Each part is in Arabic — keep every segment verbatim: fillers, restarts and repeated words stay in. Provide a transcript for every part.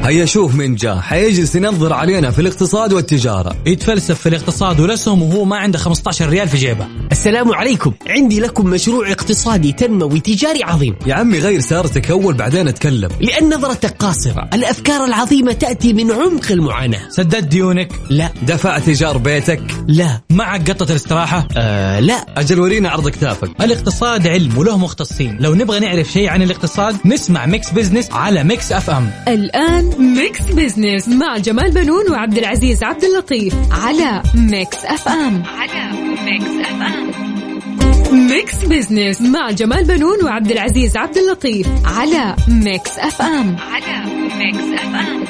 هيا شوف من جاء حيجلس ينظر علينا في الاقتصاد والتجارة، يتفلسف في الاقتصاد والأسهم وهو ما عنده خمسة عشر ريال في جيبه. السلام عليكم، عندي لكم مشروع اقتصادي تنموي تجاري عظيم. يا عمي غير سيارتك أول بعدين أتكلم. لأن نظرتك قاصرة، الأفكار العظيمة تأتي من عمق المعاناة. سددت ديونك؟ لا. دفعت إيجار بيتك؟ لا. معك قطة الاستراحة؟ آه لا. أجل ورينا عرض كتافك. الاقتصاد علم وله مختصين، لو نبغى نعرف شيء عن الاقتصاد نسمع ميكس بزنس على ميكس اف ام. الآن ميكس بزنس مع جمال بنون وعبد العزيز عبد اللطيف على ميكس اف ام. على ميكس اف ام. ميكس بزنس مع جمال بنون وعبد العزيز عبد اللطيف على ميكس اف ام. على ميكس اف ام.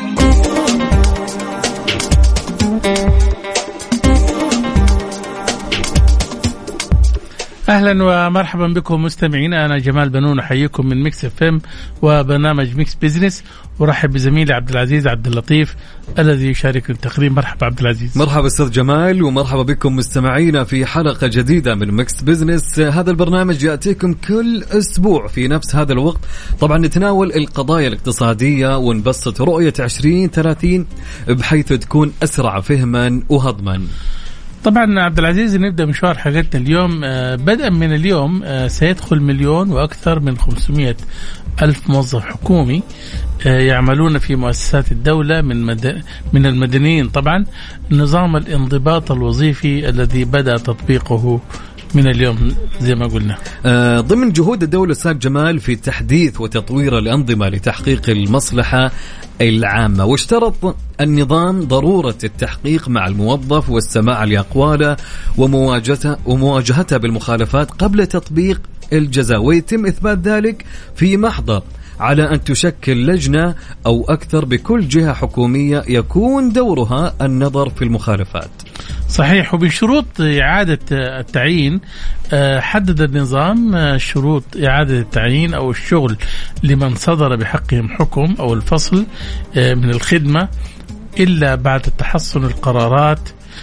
أهلا ومرحبا بكم مستمعين، أنا جمال بنون أحييكم من ميكس اف ام وبرنامج ميكس بزنس، ورحب بزميلي عبد العزيز عبد اللطيف الذي يشارك التقرير. مرحبا عبد العزيز. مرحبا أستاذ جمال، ومرحبا بكم مستمعينا في حلقة جديدة من ميكس بزنس. هذا البرنامج يأتيكم كل أسبوع في نفس هذا الوقت، طبعا نتناول القضايا الاقتصادية ونبسط رؤية عشرين ثلاثين بحيث تكون أسرع فهما وهضما. طبعا عبد العزيز نبدأ مشوار حلقتنا اليوم. بدءا من اليوم سيدخل مليون وأكثر من خمسمائة ألف موظف حكومي يعملون في مؤسسات الدولة من مد... من المدنيين طبعا نظام الانضباط الوظيفي الذي بدأ تطبيقه من اليوم زي ما قلنا. آه ضمن جهود الدولة أستاذ جمال في تحديث وتطوير الأنظمة لتحقيق المصلحة العامة، واشترط النظام ضرورة التحقيق مع الموظف والسماع لأقواله ومواجهته ومواجهته بالمخالفات قبل تطبيق الجزاء، ويتم إثبات ذلك في محضر على أن تشكل لجنة أو أكثر بكل جهة حكومية يكون دورها النظر في المخالفات. صحيح. وبشروط إعادة التعيين حدد النظام شروط إعادة التعيين أو الشغل لمن صدر بحقهم حكم أو الفصل من الخدمة إلا بعد تحصن القرارات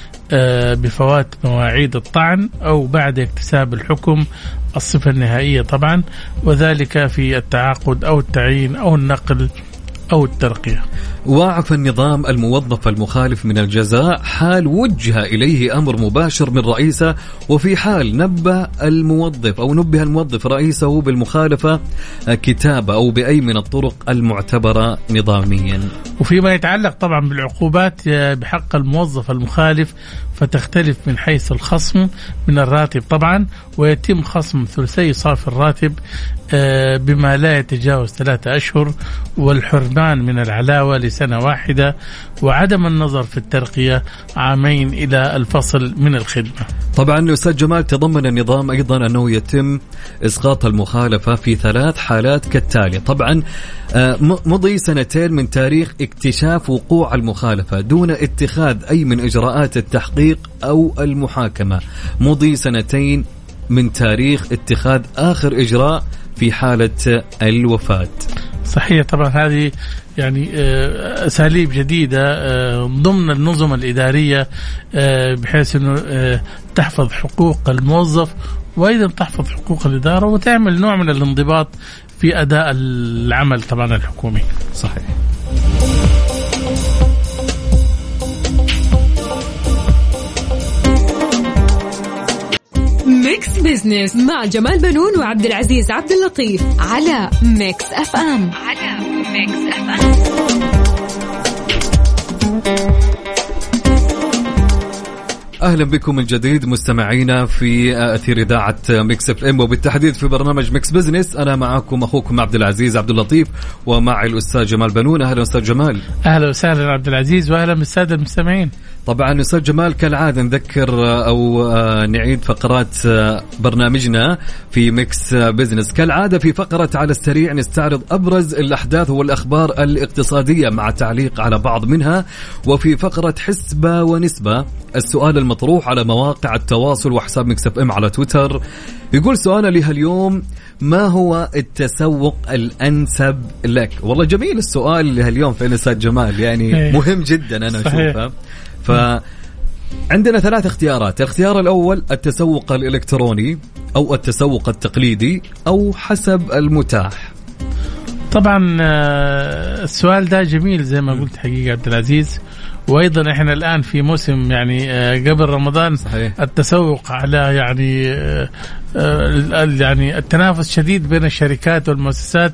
بفوات مواعيد الطعن أو بعد اكتساب الحكم الصفة النهائية طبعا، وذلك في التعاقد أو التعيين أو النقل أو الترقية. وعف النظام الموظف المخالف من الجزاء حال وجه إليه أمر مباشر من رئيسه، وفي حال نبه الموظف أو نبه الموظف رئيسه بالمخالفة كتابة أو بأي من الطرق المعتبرة نظاميا. وفيما يتعلق طبعا بالعقوبات بحق الموظف المخالف فتختلف من حيث الخصم من الراتب طبعا، ويتم خصم ثلثي صافي الراتب بما لا يتجاوز ثلاثة أشهر، والحرمان من العلاوة لسنة واحدة، وعدم النظر في الترقية عامين إلى الفصل من الخدمة. طبعا أستاذ جمال تضمن النظام أيضا أنه يتم إسقاط المخالفة في ثلاث حالات كالتالي. طبعا مضي سنتين من تاريخ اكتشاف وقوع المخالفة دون اتخاذ أي من إجراءات التحقيق أو المحاكمة، مضي سنتين من تاريخ اتخاذ آخر إجراء في حالة الوفاة. صحيح. طبعا هذه يعني أساليب جديدة ضمن النظم الإدارية بحيث أنه تحفظ حقوق الموظف وأيضا تحفظ حقوق الإدارة وتعمل نوع من الانضباط في أداء العمل طبعا الحكومي. صحيح. ميكس بزنس مع جمال بنون وعبد العزيز عبد اللطيف على ميكس اف ام. على ميكس اف ام. أهلا بكم من جديد مستمعينا في أثير إذاعة ميكس اف ام، وبالتحديد في برنامج ميكس بزنس. أنا معكم أخوكم عبد العزيز عبد اللطيف، ومعي الأستاذ جمال بنون. أهلا أستاذ جمال. أهلا وسهلا عبد العزيز، وأهلا بالسادة المستمعين. طبعا أستاذ جمال كالعادة نذكر أو نعيد فقرات برنامجنا في ميكس بزنس. كالعادة في فقرة على السريع نستعرض أبرز الأحداث والأخبار الاقتصادية مع تعليق على بعض منها، وفي فقرة حسبة ونسبة السؤال المطروح على مواقع التواصل وحساب ميكس اف ام على تويتر. يقول سؤالنا لها اليوم: ما هو التسوق الأنسب لك؟ والله جميل السؤال لها اليوم في أستاذ جمال، يعني مهم جدا أنا أشوفه. فعندنا ثلاث اختيارات. الاختيار الأول التسوق الإلكتروني أو التسوق التقليدي أو حسب المتاح. طبعا السؤال ده جميل زي ما قلت حقيقة عبد العزيز. وايضا احنا الان في موسم يعني قبل رمضان. صحيح. التسوق على يعني يعني التنافس شديد بين الشركات والمؤسسات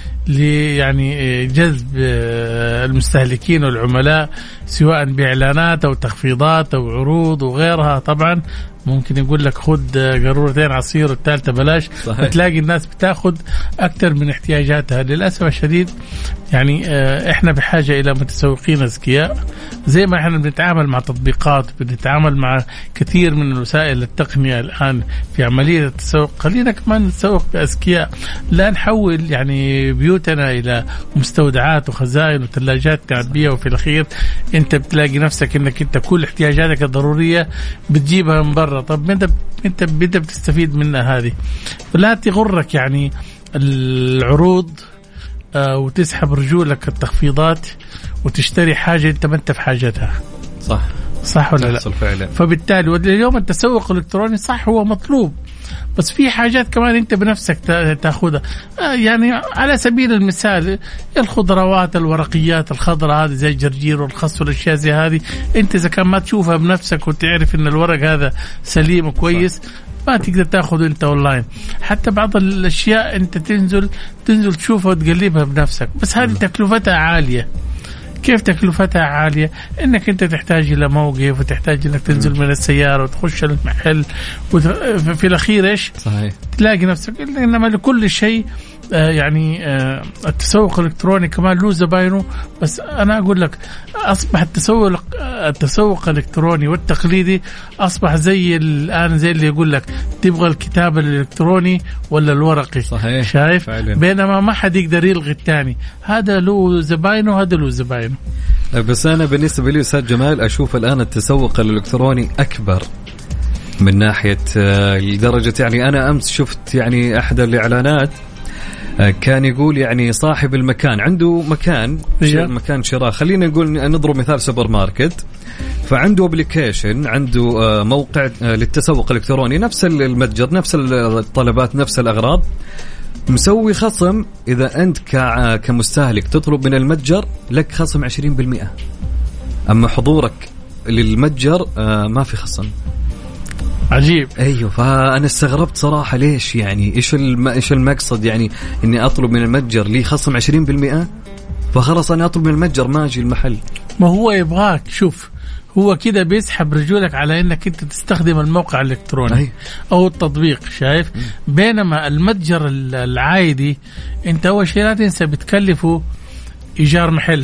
يعني جذب المستهلكين والعملاء سواء بإعلانات أو تخفيضات أو عروض وغيرها. طبعا ممكن يقول لك خد قارورتين عصير والثالثة بلاش. صحيح. بتلاقي الناس بتاخد أكثر من احتياجاتها. للأسف الشديد يعني إحنا بحاجة إلى متسوقين أذكياء زي ما إحنا بنتعامل مع تطبيقات بنتعامل مع كثير من وسائل التقنية الآن في عملية التسوق. خلينا كمان نتسوق بأذكياء لا نحول يعني بيوتنا إلى مستودعات وخزائن وثلاجات كعبية وفي الأخير أنت بتلاقي نفسك إنك أنت كل احتياجاتك الضرورية بتجيبها من برا. طب أنت أنت أنت بتستفيد منها هذه. فلا تغرك يعني العروض آه وتسحب رجولك التخفيضات وتشتري حاجة أنت ما أنت في حاجتها. صح صح ولا لا؟ فعلا. فبالتالي اليوم التسوق الإلكتروني صح هو مطلوب بس في حاجات كمان أنت بنفسك تأخذها. آه يعني على سبيل المثال الخضروات الورقيات الخضراء هذه زي الجرجير والخس والأشياء زي هذه أنت إذا كان ما تشوفها بنفسك وتعرف إن الورق هذا سليم وكويس ما تقدر تاخذه انت اونلاين. حتى بعض الاشياء انت تنزل تنزل تشوفها وتقلبها بنفسك بس هذه تكلفتها عاليه. كيف تكلفتها عاليه؟ انك انت تحتاج الى موقف وتحتاج انك تنزل من السياره وتخش المحل وفي الاخير ايش؟ صحيح. تلاقي نفسك. انما لكل شيء آه يعني آه التسوق الالكتروني كمان له زباينه. بس انا اقول لك اصبح التسوق التسوق الالكتروني والتقليدي اصبح زي الان زي اللي يقول لك تبغى الكتاب الالكتروني ولا الورقي. صحيح. شايف فعلا. بينما ما حد يقدر يلغي الثاني. هذا له زباينه وهذا له زباينه. بس انا بالنسبه لي استاذ جمال اشوف الان التسوق الالكتروني اكبر من ناحيه لدرجه يعني انا امس شفت يعني احد الاعلانات كان يقول يعني صاحب المكان عنده مكان مكان شراء خلينا نقول نضرب مثال سوبر ماركت فعنده ابليكيشن عنده موقع للتسوق الالكتروني نفس المتجر نفس الطلبات نفس الاغراض مسوي خصم إذا أنت كمستهلك تطلب من المتجر لك خصم عشرين بالمئة أما حضورك للمتجر ما في خصم. عجيب. أيوه فأنا استغربت صراحة ليش يعني إيش الم... إيش المقصد يعني إني أطلب من المتجر لي خصم عشرين بالمئة فخلص أنا أطلب من المتجر ما أجي المحل. ما هو يبغاك شوف هو كده بيسحب رجولك على انك انت تستخدم الموقع الالكتروني أي. او التطبيق شايف. م. بينما المتجر العادي انت اول شيء لا تنسى بتكلفه ايجار محل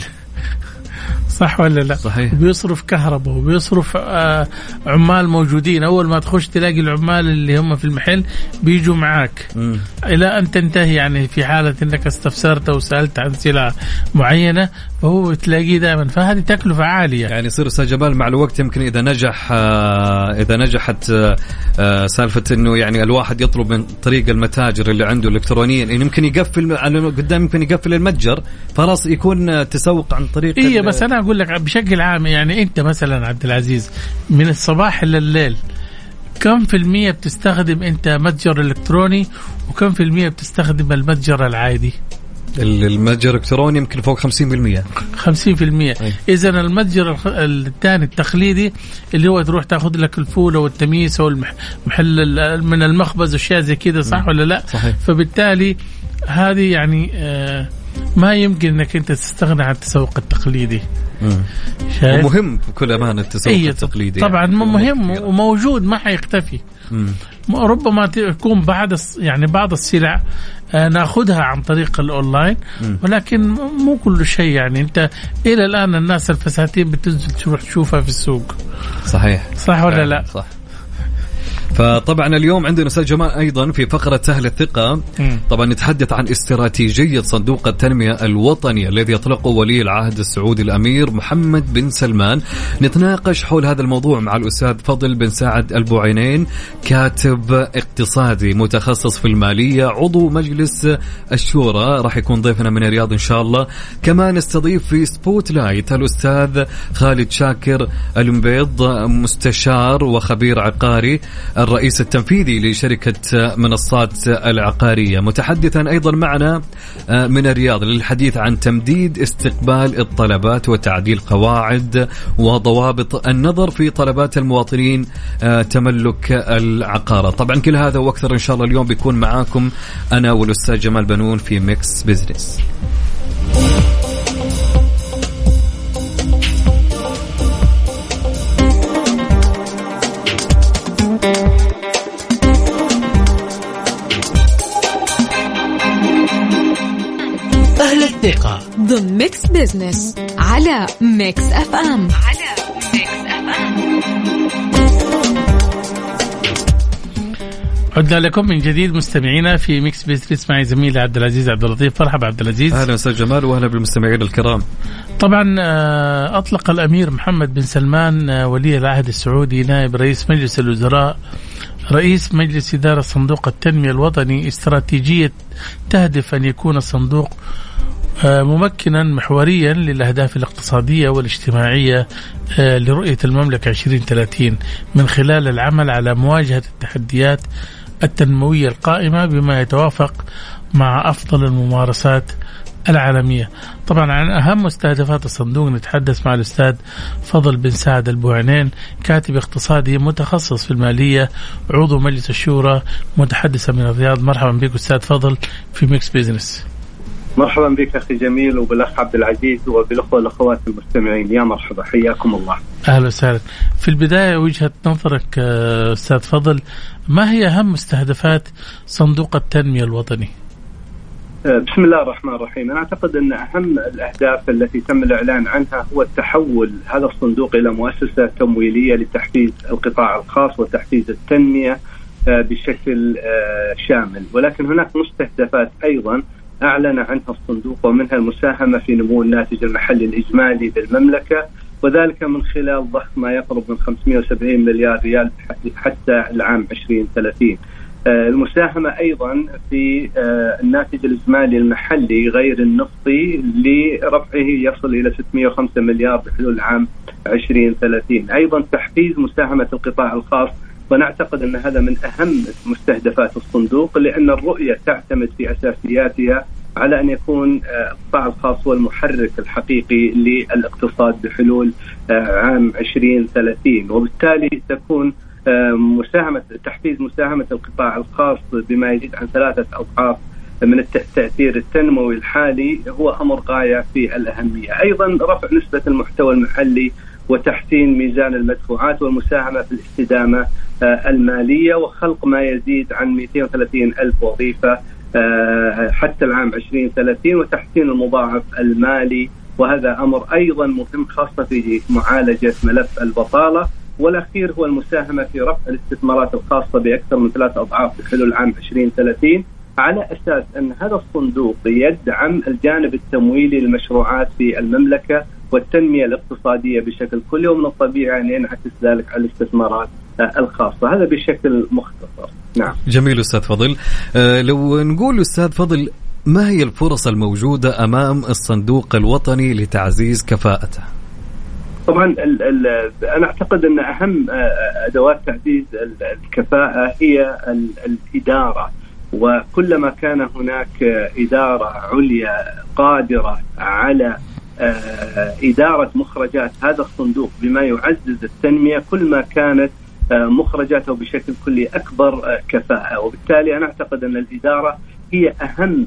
صح ولا لا؟ صحيح. بيصرف كهرباء وبيصرف آه عمال موجودين. أول ما تخش تلاقي العمال اللي هم في المحل بيجوا معاك م. إلى أن تنتهي يعني في حالة أنك استفسرت أو سألت عن سلعة معينة فهو تلاقيه دائما. فهذه تكلفة عالية يعني يصير أستاذ جمال مع الوقت يمكن إذا نجح آه إذا نجحت آه سالفة إنه يعني الواحد يطلب من طريق المتاجر اللي عنده إلكترونيا إنه يمكن يقفل على قدام يمكن يقفل المتجر خلاص يكون تسوق عن طريق. إيه بس أنا أقول لك بشكل عام يعني أنت مثلا عبد العزيز من الصباح إلى الليل كم في المية بتستخدم أنت متجر إلكتروني وكم في المية بتستخدم المتجر العادي؟ المتجر الإلكتروني يمكن فوق خمسين بالمية. خمسين بالمية. إذا المتجر الثاني التقليدي اللي هو تروح تأخذ لك الفول أو التميس أو المحل من المخبز وشيء زي كده صح ولا لا؟ صحيح. فبالتالي هذه يعني آه ما يمكن انك انت تستغنى عن التسوق التقليدي. ومهم بكل امانه التسوق إيه التقليدي طبعا يعني مهم وموجود ما حيختفي. ربما تكون بعض يعني بعض السلع آه ناخذها عن طريق الاونلاين مم. ولكن مو كل شيء يعني انت الى الان الناس الفساتين بتنزل تروح تشوفها في السوق. صحيح. صح ولا لا؟ صح. فطبعا اليوم عندنا أستاذ جمال أيضا في فقرة أهل الثقة طبعا نتحدث عن استراتيجية صندوق التنمية الوطني الذي يطلقه ولي العهد السعودي الأمير محمد بن سلمان. نتناقش حول هذا الموضوع مع الأستاذ فضل بن سعد البوعينين كاتب اقتصادي متخصص في المالية عضو مجلس الشورى راح يكون ضيفنا من الرياض إن شاء الله. كمان نستضيف في سبوت لايت الأستاذ خالد شاكر المبيض مستشار وخبير عقاري الرئيس التنفيذي لشركة منصات العقارية. متحدثا أيضا معنا من الرياض للحديث عن تمديد استقبال الطلبات وتعديل قواعد وضوابط النظر في طلبات المواطنين تملك العقارة. طبعا كل هذا وأكثر إن شاء الله اليوم بيكون معاكم أنا والأستاذ جمال بنون في ميكس بيزنس. أهل الثقة ضمن ميكس بيزنس على ميكس أف أم. على ميكس أف أم. عدنا لكم من جديد مستمعينا في ميكس بيزنس مع زميلي عبد العزيز عبد اللطيف. مرحبا عبد العزيز. اهلا استاذ جمال واهلا بالمستمعين الكرام. طبعا اطلق الامير محمد بن سلمان ولي العهد السعودي نائب رئيس مجلس الوزراء رئيس مجلس إدارة صندوق التنمية الوطني استراتيجية تهدف أن يكون الصندوق ممكنا محوريا للأهداف الاقتصادية والاجتماعية لرؤية المملكة عشرين ثلاثين من خلال العمل على مواجهة التحديات التنموية القائمة بما يتوافق مع أفضل الممارسات العالمية. طبعا عن أهم مستهدفات الصندوق نتحدث مع الأستاذ فضل بن سعد البوعنين كاتب اقتصادي متخصص في المالية عضو مجلس الشورى متحدثة من الرياض. مرحبا بك أستاذ فضل في ميكس بيزنس. مرحبا بك أخي جميل وبالأخ عبد العزيز وبالأخوة والأخوات المستمعين. يا مرحبا حياكم الله. أهلا وسهلا. في البداية وجهة نظرك أستاذ فضل ما هي أهم مستهدفات صندوق التنمية الوطني؟ بسم الله الرحمن الرحيم. أنا أعتقد أن أهم الأهداف التي تم الإعلان عنها هو التحول هذا الصندوق إلى مؤسسة تمويلية لتحفيز القطاع الخاص وتحفيز التنمية بشكل شامل، ولكن هناك مستهدفات أيضا أعلن عنها الصندوق ومنها المساهمة في نمو الناتج المحلي الإجمالي للمملكة، وذلك من خلال ضخ ما يقرب من خمسمائة وسبعين مليار ريال حتى العام عشرين ثلاثين. المساهمة أيضا في الناتج الإجمالي المحلي غير النفطي لرفعه يصل إلى ستمائة وخمسة مليار بحلول العام عشرين ثلاثين. أيضا تحفيز مساهمة القطاع الخاص، ونعتقد أن هذا من أهم مستهدفات الصندوق لأن الرؤية تعتمد في أساسياتها على أن يكون القطاع الخاص هو المحرك الحقيقي للاقتصاد بحلول عام عشرين ثلاثين، وبالتالي تكون مساهمة تحفيز مساهمة القطاع الخاص بما يزيد عن ثلاثة أضعاف من التأثير التنموي الحالي هو أمر غاية في الأهمية. أيضا رفع نسبة المحتوى المحلي وتحسين ميزان المدفوعات والمساهمة في الاستدامة المالية وخلق ما يزيد عن مئتين وثلاثين ألف وظيفة حتى العام عشرين ثلاثين وتحسين المضاعف المالي، وهذا أمر أيضا مهم خاصة في معالجة ملف البطالة. والأخير هو المساهمة في رفع الاستثمارات الخاصة بأكثر من ثلاث أضعاف بحلول العام عشرين ثلاثين على أساس أن هذا الصندوق يدعم الجانب التمويلي للمشروعات في المملكة والتنمية الاقتصادية بشكل كلي، ومن الطبيعي أن ينعكس ذلك على الاستثمارات الخاصة. هذا بشكل مختصر. نعم. جميل أستاذ فضل. أه لو نقول أستاذ فضل ما هي الفرص الموجودة أمام الصندوق الوطني لتعزيز كفاءته؟ طبعا ال ال أنا أعتقد أن أهم أدوات تعزيز الكفاءة هي الإدارة، وكلما كان هناك إدارة عليا قادرة على إدارة مخرجات هذا الصندوق بما يعزز التنمية كل ما كانت مخرجاته بشكل كلي أكبر كفاءة، وبالتالي أنا أعتقد أن الإدارة هي أهم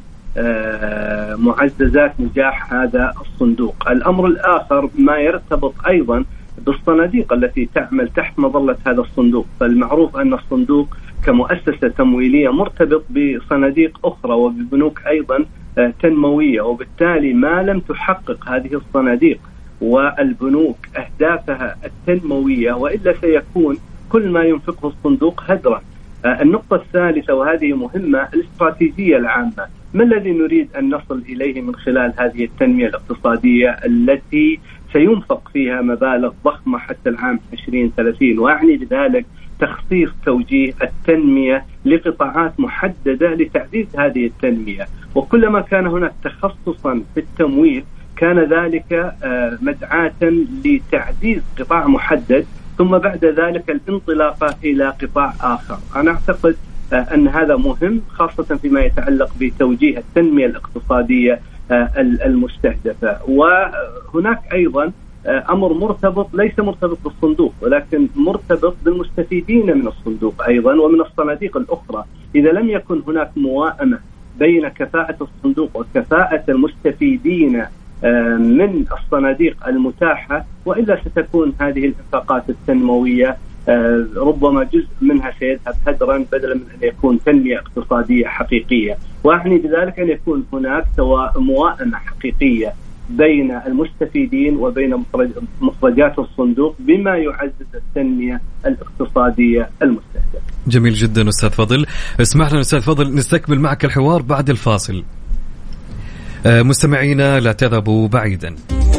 معززات نجاح هذا الصندوق. الأمر الآخر ما يرتبط أيضا بالصناديق التي تعمل تحت مظلة هذا الصندوق، فالمعروف أن الصندوق كمؤسسة تمويلية مرتبط بصناديق أخرى وببنوك أيضا تنموية، وبالتالي ما لم تحقق هذه الصناديق والبنوك أهدافها التنموية وإلا سيكون كل ما ينفقه الصندوق هدرا. النقطة الثالثة وهذه مهمة الاستراتيجية العامة، ما الذي نريد أن نصل إليه من خلال هذه التنمية الاقتصادية التي سينفق فيها مبالغ ضخمة حتى العام عشرين ثلاثين، وأعني بذلك تخصيص توجيه التنمية لقطاعات محددة لتعزيز هذه التنمية، وكلما كان هناك تخصصا في التمويل كان ذلك مدعاة لتعزيز قطاع محدد ثم بعد ذلك الانطلاقة إلى قطاع آخر. أنا أعتقد أن هذا مهم خاصة فيما يتعلق بتوجيه التنمية الاقتصادية المستهدفة. وهناك أيضا أمر مرتبط، ليس مرتبط بالصندوق ولكن مرتبط بالمستفيدين من الصندوق أيضا ومن الصناديق الأخرى. إذا لم يكن هناك موائمة بين كفاءة الصندوق وكفاءة المستفيدين من الصناديق المتاحة، وإلا ستكون هذه الانفاقات التنموية ربما جزء منها سيذهب هدرا بدلا من أن يكون تنمية اقتصادية حقيقية. وأعني بذلك أن يكون هناك موائمة حقيقية بين المستفيدين وبين مخرجات الصندوق بما يعزز التنمية الاقتصادية المستهدفة. جميل جدا أستاذ فضل. اسمح لنا أستاذ فضل نستكمل معك الحوار بعد الفاصل. مستمعينا لا تذهبوا بعيدا.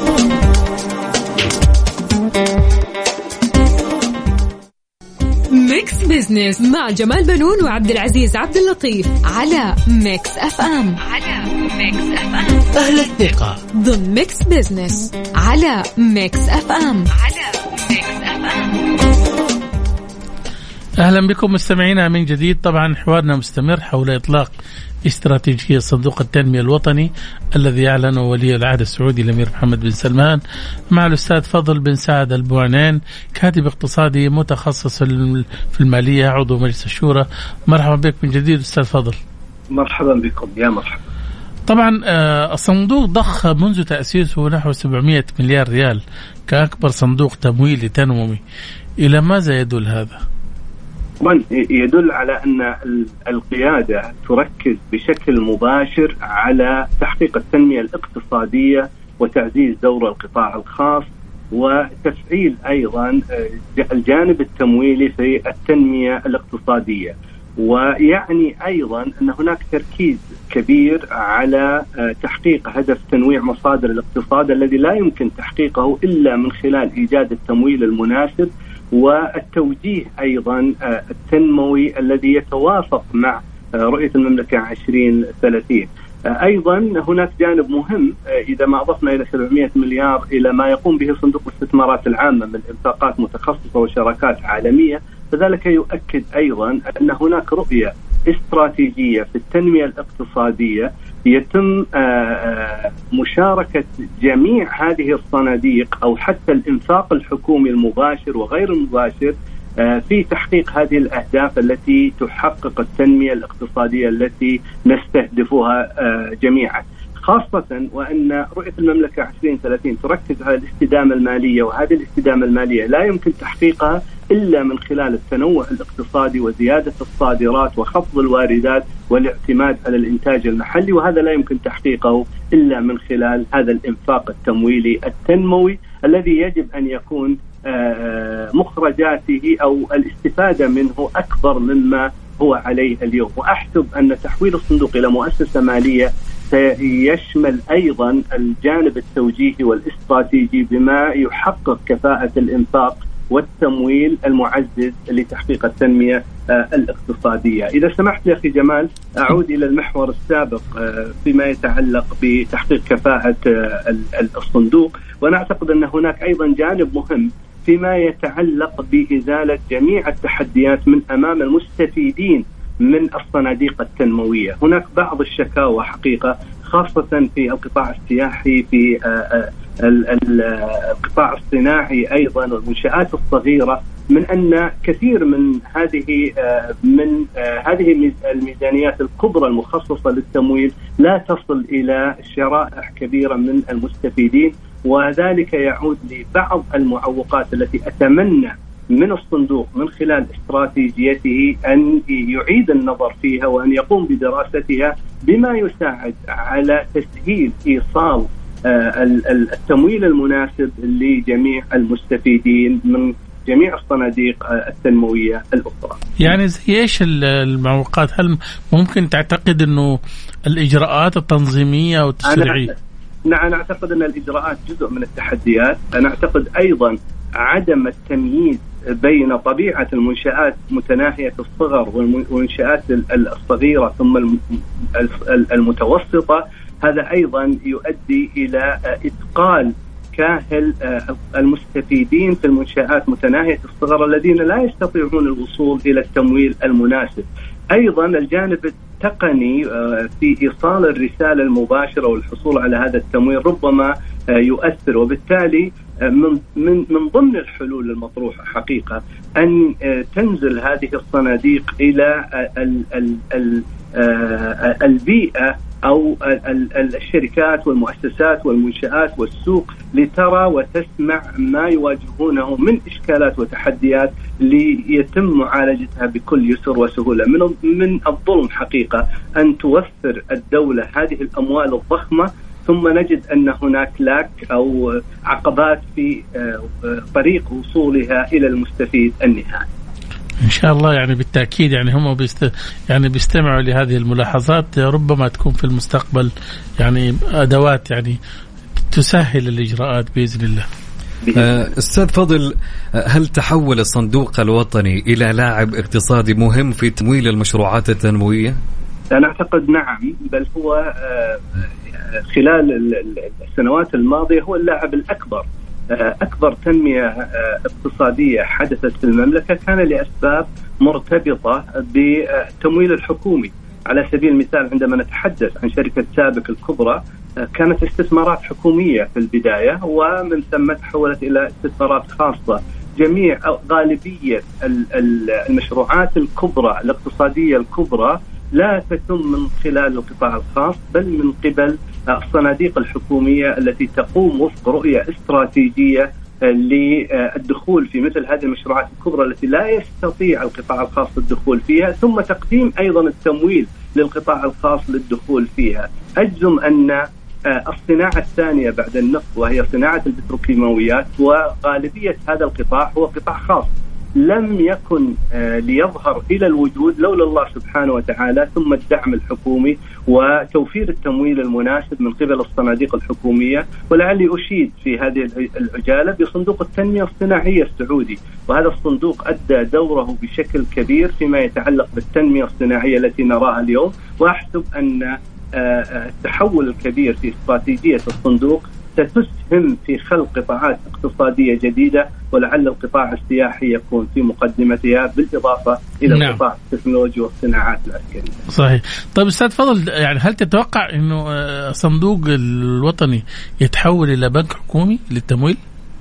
ميكس بزنس مع جمال بنون وعبد العزيز عبد اللطيف على ميكس اف ام. على ميكس اف ام أهل الثقة ضمن ميكس بزنس على ميكس اف ام. على ميكس اف ام. أهلا بكم مستمعينا من جديد. طبعا حوارنا مستمر حول إطلاق استراتيجية صندوق التنمية الوطني الذي أعلنه ولي العهد السعودي الأمير محمد بن سلمان مع الأستاذ فضل بن سعد البوعنين كاتب اقتصادي متخصص في المالية عضو مجلس الشورى. مرحبا بك من جديد أستاذ فضل. مرحبا بكم يا مرحبا. طبعا الصندوق ضخ منذ تأسيسه نحو سبعمائة مليار ريال كأكبر صندوق تمويلي تنموي. إلى ماذا يدل هذا؟ يدل على أن القيادة تركز بشكل مباشر على تحقيق التنمية الاقتصادية وتعزيز دور القطاع الخاص وتفعيل أيضا الجانب التمويلي في التنمية الاقتصادية. ويعني أيضا أن هناك تركيز كبير على تحقيق هدف تنويع مصادر الاقتصاد الذي لا يمكن تحقيقه إلا من خلال إيجاد التمويل المناسب والتوجيه أيضا التنموي الذي يتوافق مع رؤية المملكة عشرين ثلاثين. أيضا هناك جانب مهم إذا ما أضفنا إلى سبعمائة مليار إلى ما يقوم به صندوق الاستثمارات العامة من إنفاقات متخصصة وشراكات عالمية، فذلك يؤكد أيضا أن هناك رؤية استراتيجية في التنمية الاقتصادية يتم مشاركة جميع هذه الصناديق أو حتى الإنفاق الحكومي المباشر وغير المباشر في تحقيق هذه الأهداف التي تحقق التنمية الاقتصادية التي نستهدفها جميعا، خاصة وأن رؤية المملكة عشرين ثلاثين تركز على الاستدامة المالية، وهذه الاستدامة المالية لا يمكن تحقيقها إلا من خلال التنوع الاقتصادي وزيادة الصادرات وخفض الواردات والاعتماد على الإنتاج المحلي، وهذا لا يمكن تحقيقه إلا من خلال هذا الإنفاق التمويلي التنموي الذي يجب أن يكون مخرجاته أو الاستفادة منه أكبر مما هو عليه اليوم. وأحسب أن تحويل الصندوق إلى مؤسسة مالية سيشمل أيضا الجانب التوجيهي والاستراتيجي بما يحقق كفاءة الإنفاق والتمويل المعزز لتحقيق التنمية الاقتصادية. إذا سمحت لي أخي جمال أعود إلى المحور السابق فيما يتعلق بتحقيق كفاءة الصندوق، وأنا أعتقد أن هناك أيضا جانب مهم فيما يتعلق بإزالة جميع التحديات من أمام المستفيدين من الصناديق التنموية. هناك بعض الشكاوى حقيقة خاصة في القطاع السياحي، في القطاع الصناعي أيضا والمنشآت الصغيرة، من أن كثير من هذه من هذه الميزانيات الكبرى المخصصة للتمويل لا تصل إلى شرائح كبيرة من المستفيدين، وذلك يعود لبعض المعوقات التي أتمنى من الصندوق من خلال استراتيجيته أن يعيد النظر فيها وأن يقوم بدراستها بما يساعد على تسهيل إيصال التمويل المناسب لجميع المستفيدين من جميع الصناديق التنموية الأخرى. يعني زي إيش المعوقات؟ هل ممكن تعتقد أنه الإجراءات التنظيمية والتشريعية؟ نعم، أنا أعتقد أن الإجراءات جزء من التحديات. أنا أعتقد أيضا عدم التمييز بين طبيعة المنشآت متناهية الصغر والمنشآت الصغيرة ثم المتوسطة، هذا أيضا يؤدي إلى إثقال كاهل المستفيدين في المنشآت متناهية الصغر الذين لا يستطيعون الوصول إلى التمويل المناسب. أيضا الجانب التقني في إيصال الرسالة المباشرة والحصول على هذا التمويل ربما يؤثر، وبالتالي من من من ضمن الحلول المطروحة حقيقة أن تنزل هذه الصناديق إلى ال ال ال البيئة أو الشركات والمؤسسات والمنشآت والسوق لترى وتسمع ما يواجهونه من إشكالات وتحديات ليتم معالجتها بكل يسر وسهولة. من من الظلم حقيقة أن توفر الدولة هذه الأموال الضخمة ثم نجد أن هناك لاك أو عقبات في طريق وصولها إلى المستفيد النهائي. إن شاء الله يعني بالتأكيد يعني هم بيست يعني بيستمعوا لهذه الملاحظات، ربما تكون في المستقبل يعني أدوات يعني تسهل الإجراءات بإذن الله. أستاذ فضل، هل تحول الصندوق الوطني إلى لاعب اقتصادي مهم في تمويل المشروعات التنموية؟ أنا أعتقد نعم، بل هو خلال السنوات الماضية هو اللاعب الأكبر. أكبر تنمية اقتصادية حدثت في المملكة كان لأسباب مرتبطة بالتمويل الحكومي. على سبيل المثال عندما نتحدث عن شركة سابك الكبرى كانت استثمارات حكومية في البداية ومن ثم تحولت إلى استثمارات خاصة. جميع غالبية المشروعات الكبرى الاقتصادية الكبرى لا تتم من خلال القطاع الخاص بل من قبل الصناديق الحكومية التي تقوم وفق رؤية استراتيجية للدخول في مثل هذه المشروعات الكبرى التي لا يستطيع القطاع الخاص الدخول فيها، ثم تقديم أيضا التمويل للقطاع الخاص للدخول فيها. أجزم أن الصناعة الثانية بعد النفط وهي صناعة البتروكيماويات وغالبية هذا القطاع هو قطاع خاص لم يكن ليظهر إلى الوجود لولا الله سبحانه وتعالى ثم الدعم الحكومي وتوفير التمويل المناسب من قبل الصناديق الحكومية. ولعلي أشيد في هذه العجالة بصندوق التنمية الصناعية السعودي، وهذا الصندوق أدى دوره بشكل كبير فيما يتعلق بالتنمية الصناعية التي نراها اليوم. وأحسب أن التحول الكبير في استراتيجية الصندوق ستسهم في خلق قطاعات اقتصادية جديدة، ولعل القطاع السياحي يكون في مقدمتها بالإضافة إلى نعم. قطاع التكنولوجيا والصناعات العسكرية. صحيح. طيب أستاذ فضل، يعني هل تتوقع إنه صندوق الوطني يتحول إلى بنك حكومي للتمويل؟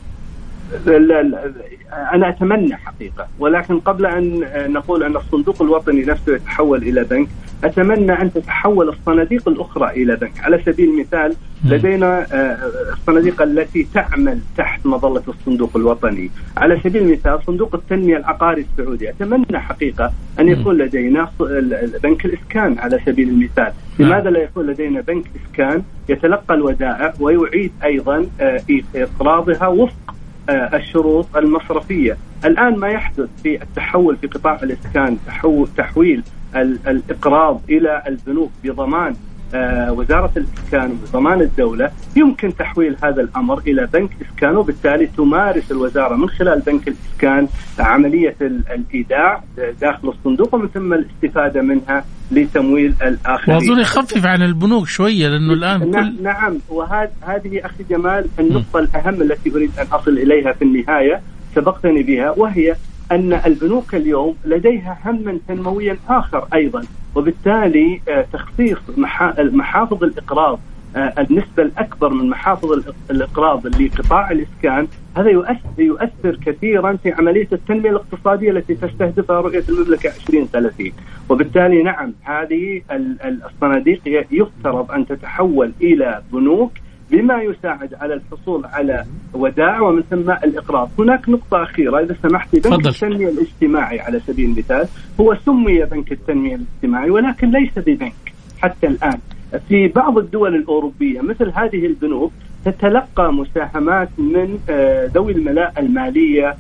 لا لا أنا أتمنى حقيقة، ولكن قبل أن نقول أن الصندوق الوطني نفسه يتحول إلى بنك، أتمنى أن تتحول الصناديق الأخرى إلى بنك. على سبيل المثال لدينا الصناديق التي تعمل تحت مظلة الصندوق الوطني. على سبيل المثال صندوق التنمية العقاري السعودي، أتمنى حقيقة أن يكون لدينا بنك الإسكان على سبيل المثال. لماذا لا يكون لدينا بنك إسكان يتلقى الودائع ويعيد أيضا إقراضها وفق الشروط المصرفية؟ الآن ما يحدث في التحول في قطاع الإسكان، تحويل الإقراض إلى البنوك بضمان وزارة الإسكان وبضمان الدولة، يمكن تحويل هذا الأمر إلى بنك إسكان، وبالتالي تمارس الوزارة من خلال بنك الإسكان عملية الإيداع داخل الصندوق ومن ثم الاستفادة منها لتمويل الآخرين. وأظن يخفف عن البنوك شوية لأنه الآن كل... نعم، وهذه أخي جمال النقطة الأهم التي أريد أن أصل إليها في النهاية، سبقتني بها، وهي أن البنوك اليوم لديها هما تنمويا آخر أيضا، وبالتالي تخصيص محافظ الإقراض النسبة الأكبر من محافظ الإقراض لقطاع الإسكان، هذا يؤثر, يؤثر كثيرا في عملية التنمية الاقتصادية التي تستهدفها رؤية المملكة عشرين ثلاثين. وبالتالي نعم، هذه الصناديق يفترض أن تتحول إلى بنوك بما يساعد على الحصول على ودائع ومن ثم الإقراض. هناك نقطة أخيرة إذا سمحتي، بنك فضل. التنمية الاجتماعي على سبيل المثال هو سمي بنك التنمية الاجتماعي ولكن ليس ببنك حتى الآن. في بعض الدول الأوروبية مثل هذه البنوك تتلقى مساهمات من ذوي الملاءة المالية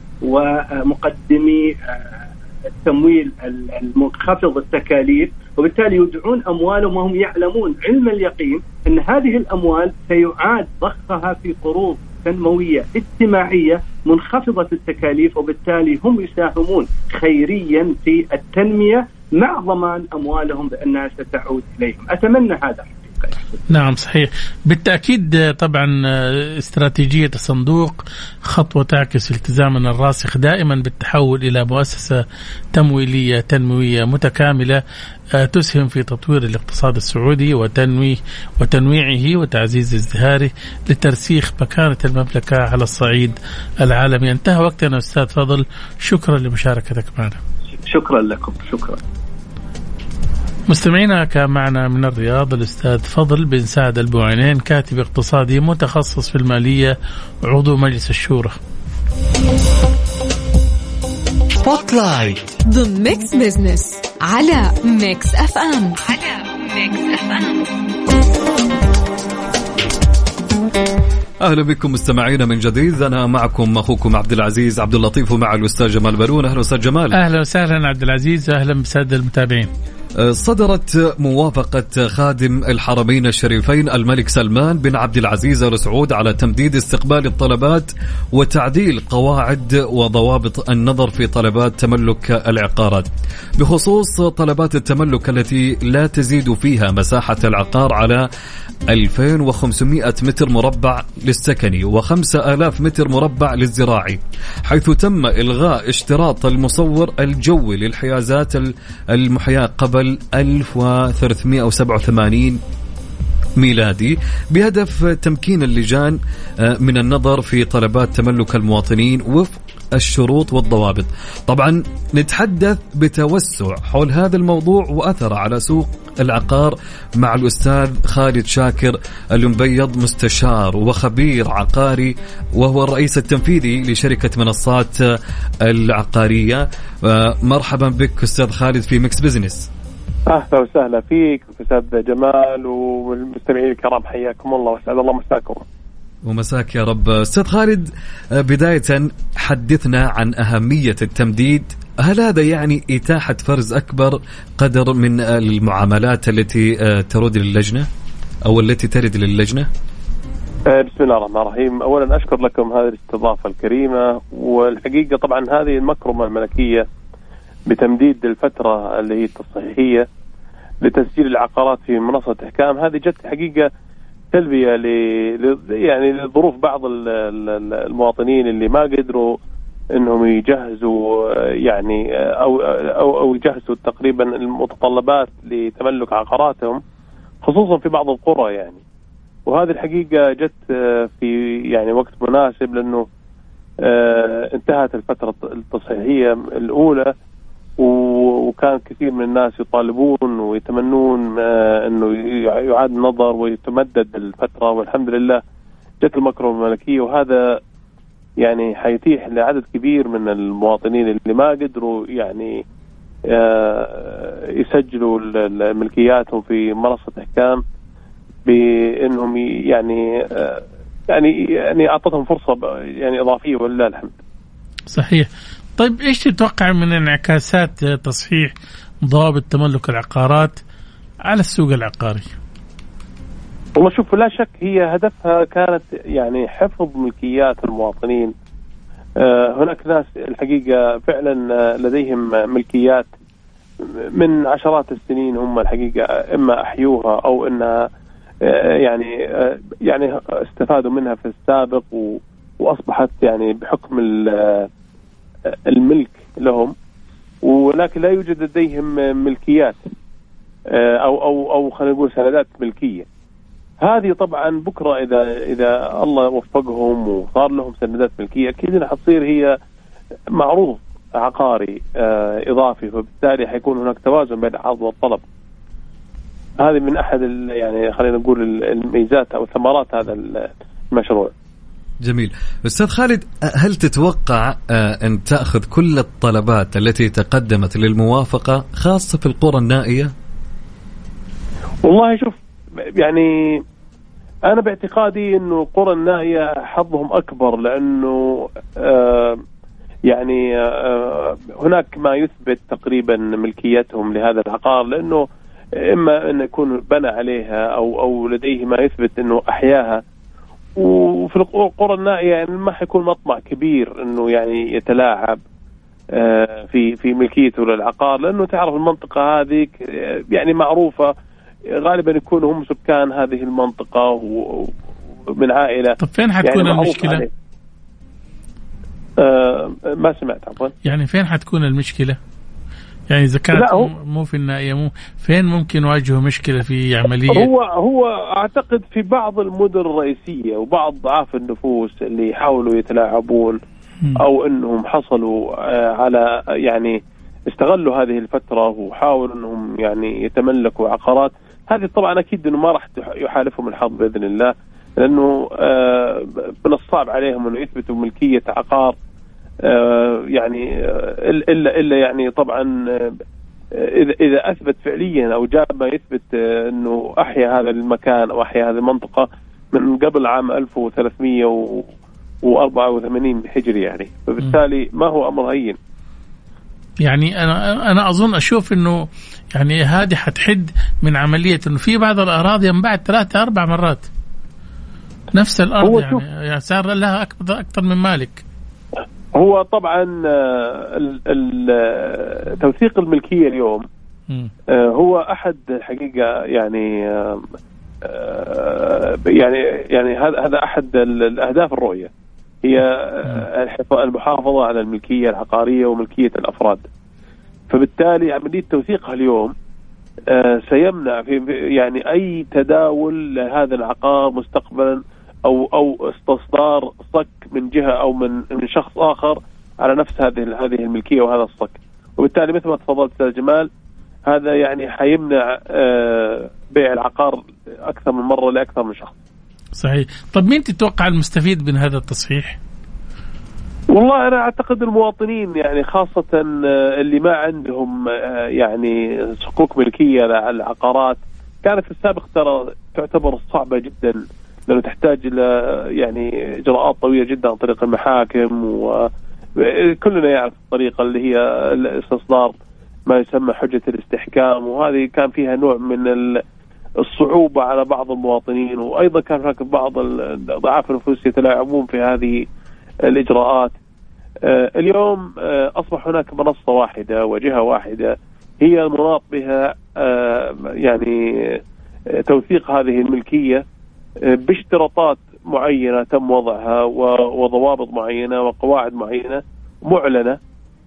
ومقدمي التمويل المنخفض التكاليف، وبالتالي يودعون أموالهم وهم يعلمون علم اليقين أن هذه الأموال سيعاد ضخها في قروض تنموية اجتماعية منخفضة التكاليف، وبالتالي هم يساهمون خيريا في التنمية مع ضمان أموالهم بأنها ستعود إليهم. أتمنى هذا حقيقة. نعم صحيح بالتأكيد. طبعا استراتيجية الصندوق خطوة تعكس التزامنا الراسخ دائما بالتحول إلى مؤسسة تمويلية تنموية متكاملة تسهم في تطوير الاقتصاد السعودي وتنويه وتنويعه وتعزيز ازدهاره لترسيخ مكانة المملكة على الصعيد العالمي. انتهى وقتنا أستاذ فضل، شكرا لمشاركتك معنا. شكرا لكم. شكرا. مستمعينا، كان معنا من الرياض الأستاذ فضل بن سعد البوعينين، كاتب اقتصادي متخصص في المالية، عضو مجلس الشورى. سبوت لايت ضمن ميكس بزنس على ميكس اف ام. على ميكس اف ام. اهلا بكم مستمعينا من جديد. انا معكم اخوكم عبد العزيز عبد اللطيف ومع الاستاذ جمال بنون. اهلا استاذ جمال. اهلا وسهلا عبد العزيز، اهلا بالساده المتابعين. صدرت موافقة خادم الحرمين الشريفين الملك سلمان بن عبد العزيز آل سعود على تمديد استقبال الطلبات وتعديل قواعد وضوابط النظر في طلبات تملك العقارات بخصوص طلبات التملك التي لا تزيد فيها مساحة العقار على ألفين وخمسمائة متر مربع للسكني وخمسة آلاف متر مربع للزراعي، حيث تم إلغاء اشتراط المصور الجوي للحيازات المحياة قبل ألف وثلاثمائة وسبعة وثمانين ميلادي بهدف تمكين اللجان من النظر في طلبات تملك المواطنين وفق الشروط والضوابط. طبعا نتحدث بتوسع حول هذا الموضوع وأثره على سوق العقار مع الأستاذ خالد شاكر المبيض، مستشار وخبير عقاري وهو الرئيس التنفيذي لشركة منصات العقارية. مرحبا بك أستاذ خالد في ميكس بزنس. أهلا وسهلا فيك أستاذ جمال والمستمعين الكرام، حياكم الله وسعد الله مساكم. ومساك يا رب. أستاذ خالد، بداية حدثنا عن أهمية التمديد. هل هذا يعني إتاحة فرز أكبر قدر من المعاملات التي ترد للجنة أو التي ترد للجنة؟ بسم الله الرحمن الرحيم. أولا أشكر لكم هذه الاستضافة الكريمة، والحقيقة طبعا هذه المكرمة الملكية بتمديد الفترة اللي هي التصحيحية لتسجيل العقارات في منصة إحكام، هذه جت حقيقة تلبية ل يعني لظروف بعض المواطنين اللي ما قدروا انهم يجهزوا يعني او او او يجهزوا تقريبا المتطلبات لتملك عقاراتهم، خصوصا في بعض القرى يعني. وهذه الحقيقة جت في يعني وقت مناسب، لانه انتهت الفترة التصحيحية الأولى، وكان كثير من الناس يطالبون ويتمنون انه يعاد النظر ويتمدد الفترة، والحمد لله جت المكرمة الملكية، وهذا يعني حيتيح لعدد كبير من المواطنين اللي ما قدروا يعني يسجلوا ملكياتهم في منصة إحكام بأنهم يعني يعني يعني أعطتهم فرصة يعني إضافية ولله الحمد. صحيح. طيب إيش تتوقع من انعكاسات تصحيح ضوابط تملك العقارات على السوق العقاري؟ والله شوف، لا شك هي هدفها كانت يعني حفظ ملكيات المواطنين. آه هناك ناس الحقيقة فعلا لديهم ملكيات من عشرات السنين، هم الحقيقة إما أحيوها أو إنها آه يعني آه يعني استفادوا منها في السابق وأصبحت يعني بحكم الملك لهم، ولكن لا يوجد لديهم ملكيات آه أو أو أو خلينا نقول سندات ملكية. هذه طبعا بكرة إذا إذا الله وفقهم وصار لهم سندات ملكية، أكيد إنها حتصير هي معروض عقاري آه إضافي، فبالتالي حيكون هناك توازن بين العرض والطلب. هذه من أحد يعني خلينا نقول الميزات أو ثمرات هذا المشروع. جميل. أستاذ خالد، هل تتوقع أن تأخذ كل الطلبات التي تقدمت للموافقة خاصة في القرى النائية؟ والله شوف، يعني أنا باعتقادي إنه القرى النائية حظهم أكبر، لأنه آه يعني آه هناك ما يثبت تقريبا ملكيتهم لهذا العقار، لأنه إما أن يكون بنى عليها أو أو لديه ما يثبت إنه أحياها. وفي القرى النائية يعني ما حيكون مطمع كبير إنه يعني يتلاعب آه في في ملكيته للعقار، لأنه تعرف المنطقة هذه يعني معروفة غالبا يكونوا هم سكان هذه المنطقة ومن عائلة. طب فين حتكون يعني المشكلة؟ آه ما سمعت عفوا. يعني فين حتكون المشكلة؟ يعني إذا كانت هو مو في النائية مو فين ممكن يواجهوا مشكلة في عملية؟ هو هو أعتقد في بعض المدن الرئيسية وبعض ضعاف النفوس اللي يحاولوا يتلاعبون م. أو أنهم حصلوا على يعني استغلوا هذه الفترة وحاولوا أنهم يعني يتملكوا عقارات. هذه طبعا أكيد أنه ما راح يحالفهم الحظ بإذن الله، لأنه من الصعب عليهم أنه يثبتوا ملكية عقار يعني إلا إلا يعني طبعا إذا إذا أثبت فعليا أو جاب ما يثبت أنه أحيا هذا المكان أو أحيا هذه المنطقة من قبل عام ألف وثلاثمية وأربعة وثمانين هجري يعني، فبالتالي ما هو أمر هين. يعني أنا أنا أظن أشوف إنه يعني هذه حتحد من عملية إنه في بعض الأراضي ينباع ثلاثة أربع مرات نفس الأرض، يعني, يعني صار لها أكثر أكثر من مالك. هو طبعا توثيق الملكية اليوم هو أحد الحقيقة يعني يعني يعني هذا أحد الأهداف الرؤية، هي المحافظة على الملكية العقارية وملكية الأفراد. فبالتالي عملية توثيقها اليوم سيمنع في يعني أي تداول لهذا العقار مستقبلا أو أو استصدار صك من جهة أو من من شخص آخر على نفس هذه هذه الملكية وهذا الصك. وبالتالي مثل ما تفضلت أستاذ جمال هذا يعني حيمنع بيع العقار أكثر من مرة لأكثر من شخص. صحيح. طب مين تتوقع المستفيد من هذا التصحيح؟ والله أنا أعتقد المواطنين يعني خاصة اللي ما عندهم يعني صكوك ملكية على العقارات. كانت في السابق ترى تعتبر صعبة جدا لأنه تحتاج إلى يعني إجراءات طويلة جدا عن طريق المحاكم، وكلنا يعرف الطريقة اللي هي الاستصدار ما يسمى حجة الاستحكام، وهذه كان فيها نوع من الصعوبة على بعض المواطنين، وأيضا كان هناك بعض ضعاف النفوس يتلاعبون في هذه الإجراءات. اليوم أصبح هناك منصة واحدة وجهة واحدة هي المناط بها يعني توثيق هذه الملكية باشتراطات معينة تم وضعها وضوابط معينة وقواعد معينة معلنة.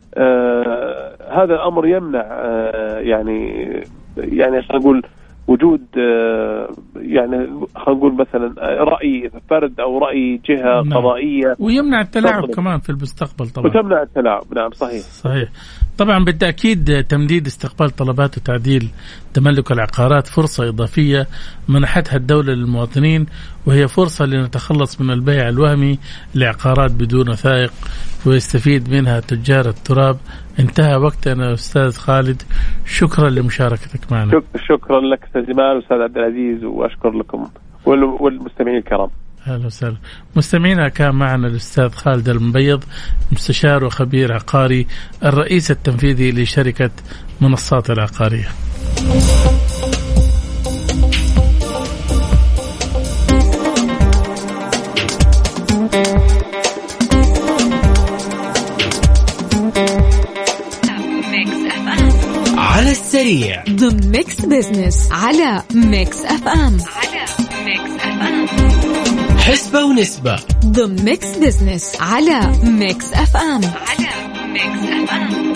آه هذا الأمر يمنع آه يعني يعني خلينا نقول وجود آه يعني خلينا نقول مثلا رأي فرد أو رأي جهة نعم. قضائية، ويمنع التلاعب كمان في المستقبل طبعا. وتمنع التلاعب. نعم صحيح صحيح. طبعا بالتأكيد تمديد استقبال طلبات وتعديل تملك العقارات فرصة إضافية منحتها الدولة للمواطنين، وهي فرصة لنتخلص من البيع الوهمي لعقارات بدون وثائق ويستفيد منها تجار التراب. انتهى وقتنا أستاذ خالد، شكرا لمشاركتك معنا. شكرا لك أستاذ جمال وأستاذ عبد العزيز، وأشكر لكم والمستمعين الكرام. أهلا وسهلا. مستمعينا، كان معنا الأستاذ خالد المبيض مستشار وخبير عقاري الرئيس التنفيذي لشركة منصات العقارية. على السريع ضمن ميكس بزنس على ميكس اف ام. على ميكس اف ام حسبة ونسبة ضمن ميكس بزنس على ميكس اف ام. على ميكس اف ام.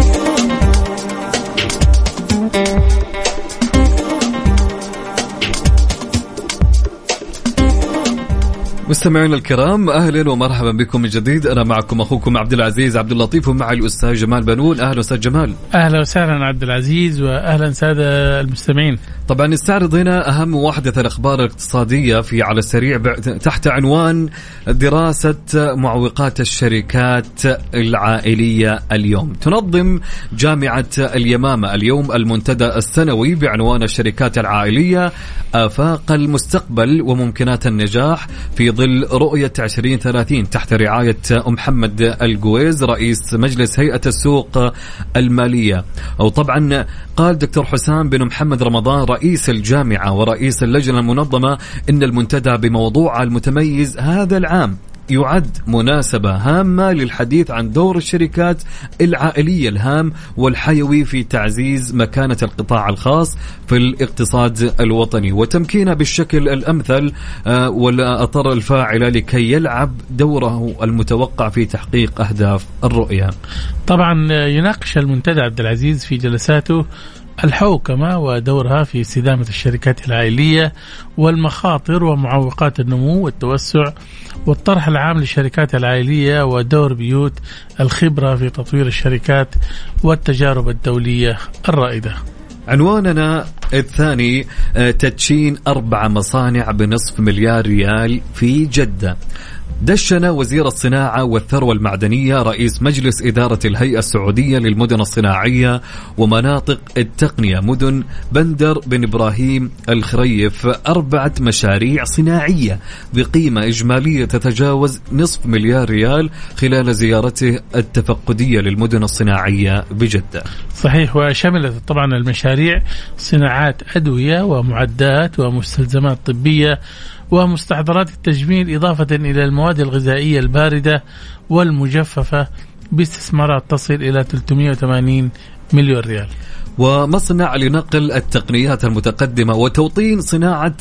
مستمعينا الكرام، اهلا ومرحبا بكم من جديد. انا معكم اخوكم عبد العزيز عبد اللطيف، ومع الاستاذ جمال بنون. اهلا استاذ جمال. اهلا وسهلا عبد العزيز، واهلا ساده المستمعين. طبعا نستعرض هنا اهم واحدث الاخبار الاقتصاديه في على السريع تحت عنوان دراسه معوقات الشركات العائليه. اليوم تنظم جامعه اليمامه اليوم المنتدى السنوي بعنوان الشركات العائليه آفاق المستقبل وممكنات النجاح في ظل رؤية عشرين ثلاثين تحت رعاية أم محمد القويز رئيس مجلس هيئة السوق المالية. أو طبعا قال دكتور حسام بن محمد رمضان رئيس الجامعة ورئيس اللجنة المنظمة إن المنتدى بموضوع المتميز هذا العام يعد مناسبة هامة للحديث عن دور الشركات العائلية الهام والحيوي في تعزيز مكانة القطاع الخاص في الاقتصاد الوطني وتمكينه بالشكل الأمثل والأطر الفاعلة لكي يلعب دوره المتوقع في تحقيق أهداف الرؤية. طبعا يناقش المنتدى عبد العزيز في جلساته الحوكمة ودورها في استدامة الشركات العائلية والمخاطر ومعوقات النمو والتوسع والطرح العام للشركات العائلية ودور بيوت الخبرة في تطوير الشركات والتجارب الدولية الرائدة. عنواننا الثاني تدشين أربع مصانع بنصف مليار ريال في جدة. دشن وزير الصناعة والثروة المعدنية رئيس مجلس إدارة الهيئة السعودية للمدن الصناعية ومناطق التقنية مدن بندر بن إبراهيم الخريف أربعة مشاريع صناعية بقيمة إجمالية تتجاوز نصف مليار ريال خلال زيارته التفقدية للمدن الصناعية بجدة. صحيح، وشملت طبعا المشاريع صناعات أدوية ومعدات ومستلزمات طبية ومستحضرات التجميل إضافة إلى المواد الغذائية الباردة والمجففة باستثمارات تصل إلى ثلاثمئة وثمانين مليون ريال. ومصنع لنقل التقنيات المتقدمة وتوطين صناعة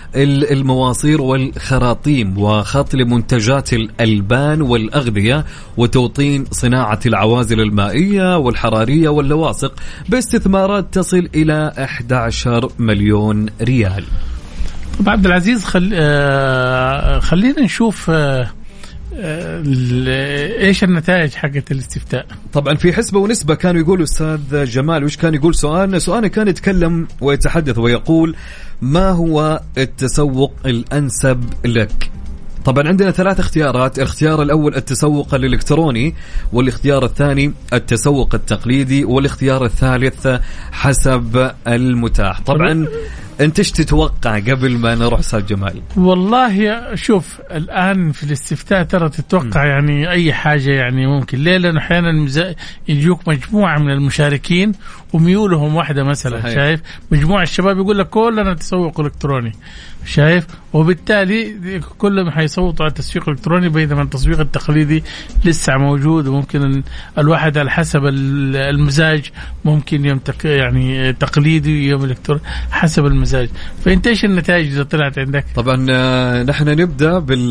المواصير والخراطيم وخط لمنتجات الألبان والأغذية وتوطين صناعة العوازل المائية والحرارية واللواصق باستثمارات تصل إلى أحد عشر مليون ريال. طب عبد العزيز خل... آه... خلينا نشوف آه... آه... ايش النتائج حقت الاستفتاء. طبعا في حسبة ونسبة كانوا يقولوا أستاذ جمال، وش كان يقول سؤالنا؟ سؤالنا كان يتكلم ويتحدث ويقول ما هو التسوق الأنسب لك؟ طبعا عندنا ثلاث اختيارات. الاختيار الأول التسوق الإلكتروني، والاختيار الثاني التسوق التقليدي، والاختيار الثالث حسب المتاح. طبعا انت ايش تتوقع قبل ما نروح استاذ جمال؟ والله شوف الان في الاستفتاء ترى تتوقع م. يعني اي حاجه يعني ممكن. ليه؟ لانه احيانا يجوك مجموعه من المشاركين وميولهم واحده مثلا. صحيح. شايف مجموعه الشباب يقول لك كلنا تسوق الكتروني، شايف، وبالتالي كلهم حيصوتوا على التسويق الالكتروني بينما التسويق التقليدي لسه موجود، وممكن الواحد على حسب المزاج ممكن يوم يعني تقليدي يوم الكتروني حسب المزاج. فانت ايش النتائج اللي طلعت عندك؟ طبعا نحن نبدا بال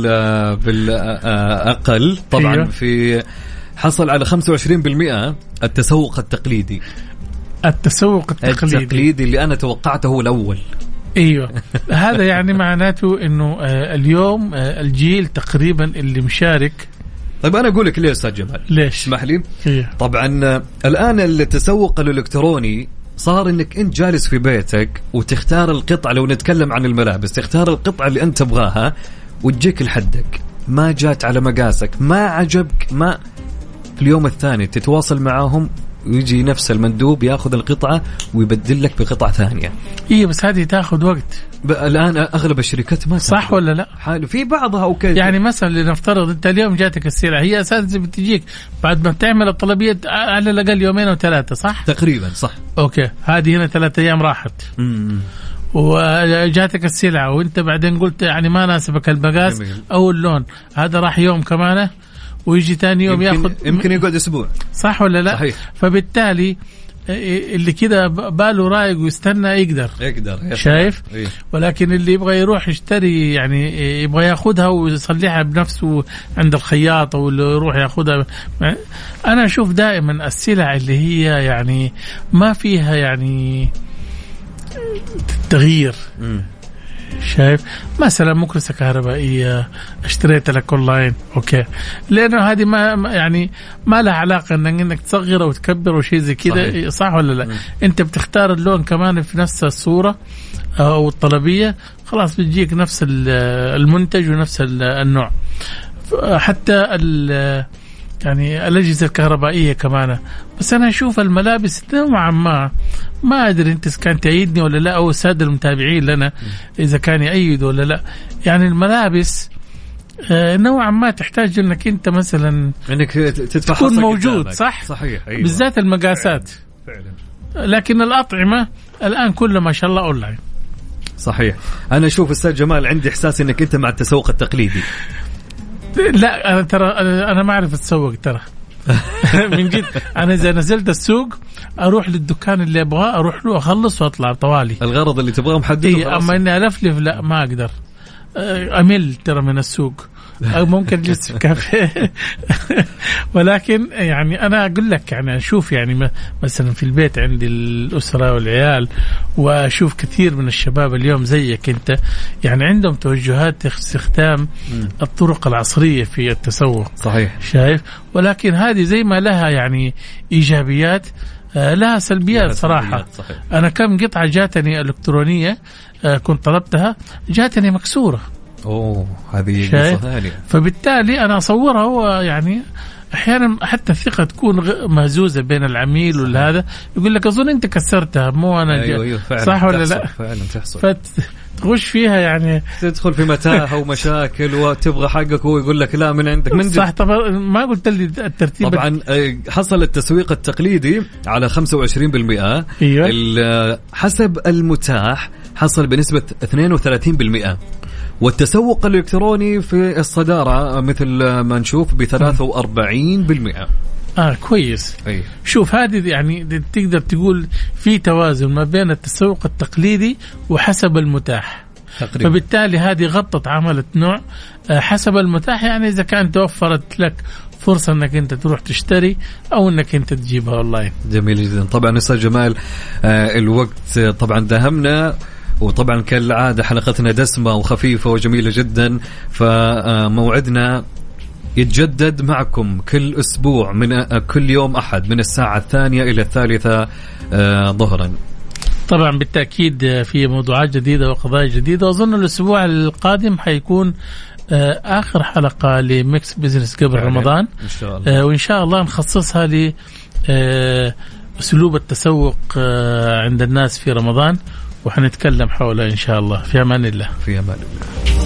بالاقل طبعا. أيوه. في حصل على خمسة وعشرين بالمئة التسوق التقليدي. التسوق التقليدي التقليدي اللي انا توقعته هو الاول. ايوه هذا يعني معناته انه اليوم الجيل تقريبا اللي مشارك. طيب انا اقول لك ليه استاذ جمال؟ ليش؟ اسمح لي. إيه؟ طبعا الان التسوق الالكتروني صار انك انت جالس في بيتك وتختار القطعه. لو نتكلم عن الملابس تختار القطعه اللي انت تبغاها وتجيك لحدك، ما جات على مقاسك، ما عجبك، ما في اليوم الثاني تتواصل معاهم ويجي نفس المندوب ياخذ القطعه ويبدل لك بقطعه ثانيه. ايه بس هذه تاخذ وقت. الان اغلب الشركات ما صح ولا لا؟ حال في بعضها اوكي. يعني مثلا لنفترض انت اليوم جاتك السلعه، هي اساسا بتجيك بعد ما بتعمل الطلبيه على الاقل يومين او ثلاثه، صح تقريبا؟ صح. اوكي هذه هنا ثلاثة ايام راحت. امم وجاتك السلعه وانت بعدين قلت يعني ما ناسبك المقاس او اللون، هذا راح يوم كمان ويجي ثاني يوم يمكن ياخذ يمكن يقعد اسبوع. صح ولا لا؟ صحيح. فبالتالي اللي كده باله رايق ويستنى يقدر يقدر شايف. إيه؟ ولكن اللي يبغى يروح يشتري يعني يبغى ياخذها ويصلحها بنفسه عند الخياط او اللي يروح ياخذها. انا اشوف دائما السلع اللي هي يعني ما فيها يعني تغيير. م. شايف مثلا مكرسة كهربائية اشتريتها لك اونلاين، اوكي، لانه هذه ما يعني ما لها علاقه انك تصغر او تكبر وشيء زي كذا. صح ولا لا؟ م. انت بتختار اللون كمان في نفس الصوره او الطلبيه، خلاص بتجيك نفس المنتج ونفس النوع. حتى يعني الأجهزة الكهربائية كمان. بس أنا أشوف الملابس نوعا ما ما أدري أنت كان تأيدني ولا لا، أو السادة المتابعين لنا إذا كان يأيد ولا لا. يعني الملابس نوعا ما تحتاج أنك أنت مثلا أنك تدفع تكون موجود. صح؟ صحيح. أيوة. بالذات المقاسات فعلا. فعلا. لكن الأطعمة الآن كله ما شاء الله أونلاين. صحيح. أنا أشوف أستاذ جمال عندي إحساس أنك أنت مع التسوق التقليدي. لا أنا ترى أنا ما أعرف أتسوق ترى من جد. أنا إذا نزلت السوق أروح للدكان اللي أبغاه، أروح له أخلص وأطلع طوالي. الغرض اللي تبغاه محدد. إيه، أما إني ألفلف لا ما أقدر، أمل ترى من السوق، أو ممكن أجلس في كافيه. ولكن يعني أنا أقول لك يعني أشوف يعني مثلا في البيت عندي الأسرة والعيال، وأشوف كثير من الشباب اليوم زيك أنت يعني عندهم توجهات استخدام الطرق العصرية في التسوق. صحيح. شايف؟ ولكن هذه زي ما لها يعني إيجابيات لها سلبيات صراحة. صحيح. أنا كم قطعة جاتني إلكترونية كنت طلبتها جاتني مكسورة. أوه هذه قصة ثانية. فبالتالي أنا أصورها هو يعني أحيانا حتى الثقة تكون مهزوزة بين العميل ولا هذا، يقول لك أظن أنت كسرتها مو أنا. أيوة أيوة فعلا. صح ولا لا؟ فعلا تحصل. فتخش فيها يعني تدخل في متاهة ومشاكل وتبغى حقك وهو يقول لك لا من عندك. من صح. طبعا ما قلت لي الترتيب. طبعا حصل التسويق التقليدي على خمسة وعشرين بالمئة. أيوة. حسب المتاح حصل بنسبة اثنين وثلاثين بالمئة، والتسوق الإلكتروني في الصدارة مثل ما نشوف بثلاثة وأربعين بالمئة. آه كويس. أي. شوف هذه يعني تقدر تقول في توازن ما بين التسوق التقليدي وحسب المتاح تقريبا. فبالتالي هذه غطت عملت نوع حسب المتاح، يعني إذا كان توفرت لك فرصة أنك أنت تروح تشتري أو أنك أنت تجيبها أونلاين. جميل جدا. طبعا أستاذ جمال الوقت طبعا دهمنا، وطبعا كالعادة حلقتنا دسمة وخفيفة وجميلة جدا، فموعدنا يتجدد معكم كل أسبوع من كل يوم أحد من الساعة الثانية إلى الثالثة ظهرا. طبعا بالتأكيد في موضوعات جديدة وقضايا جديدة، وأظن الأسبوع القادم حيكون آخر حلقة لميكس بيزنس قبل رمضان إن شاء الله. وإن شاء الله نخصصها لأسلوب التسوق عند الناس في رمضان، وحنتكلم حولها إن شاء الله. في أمان الله. في أمان الله.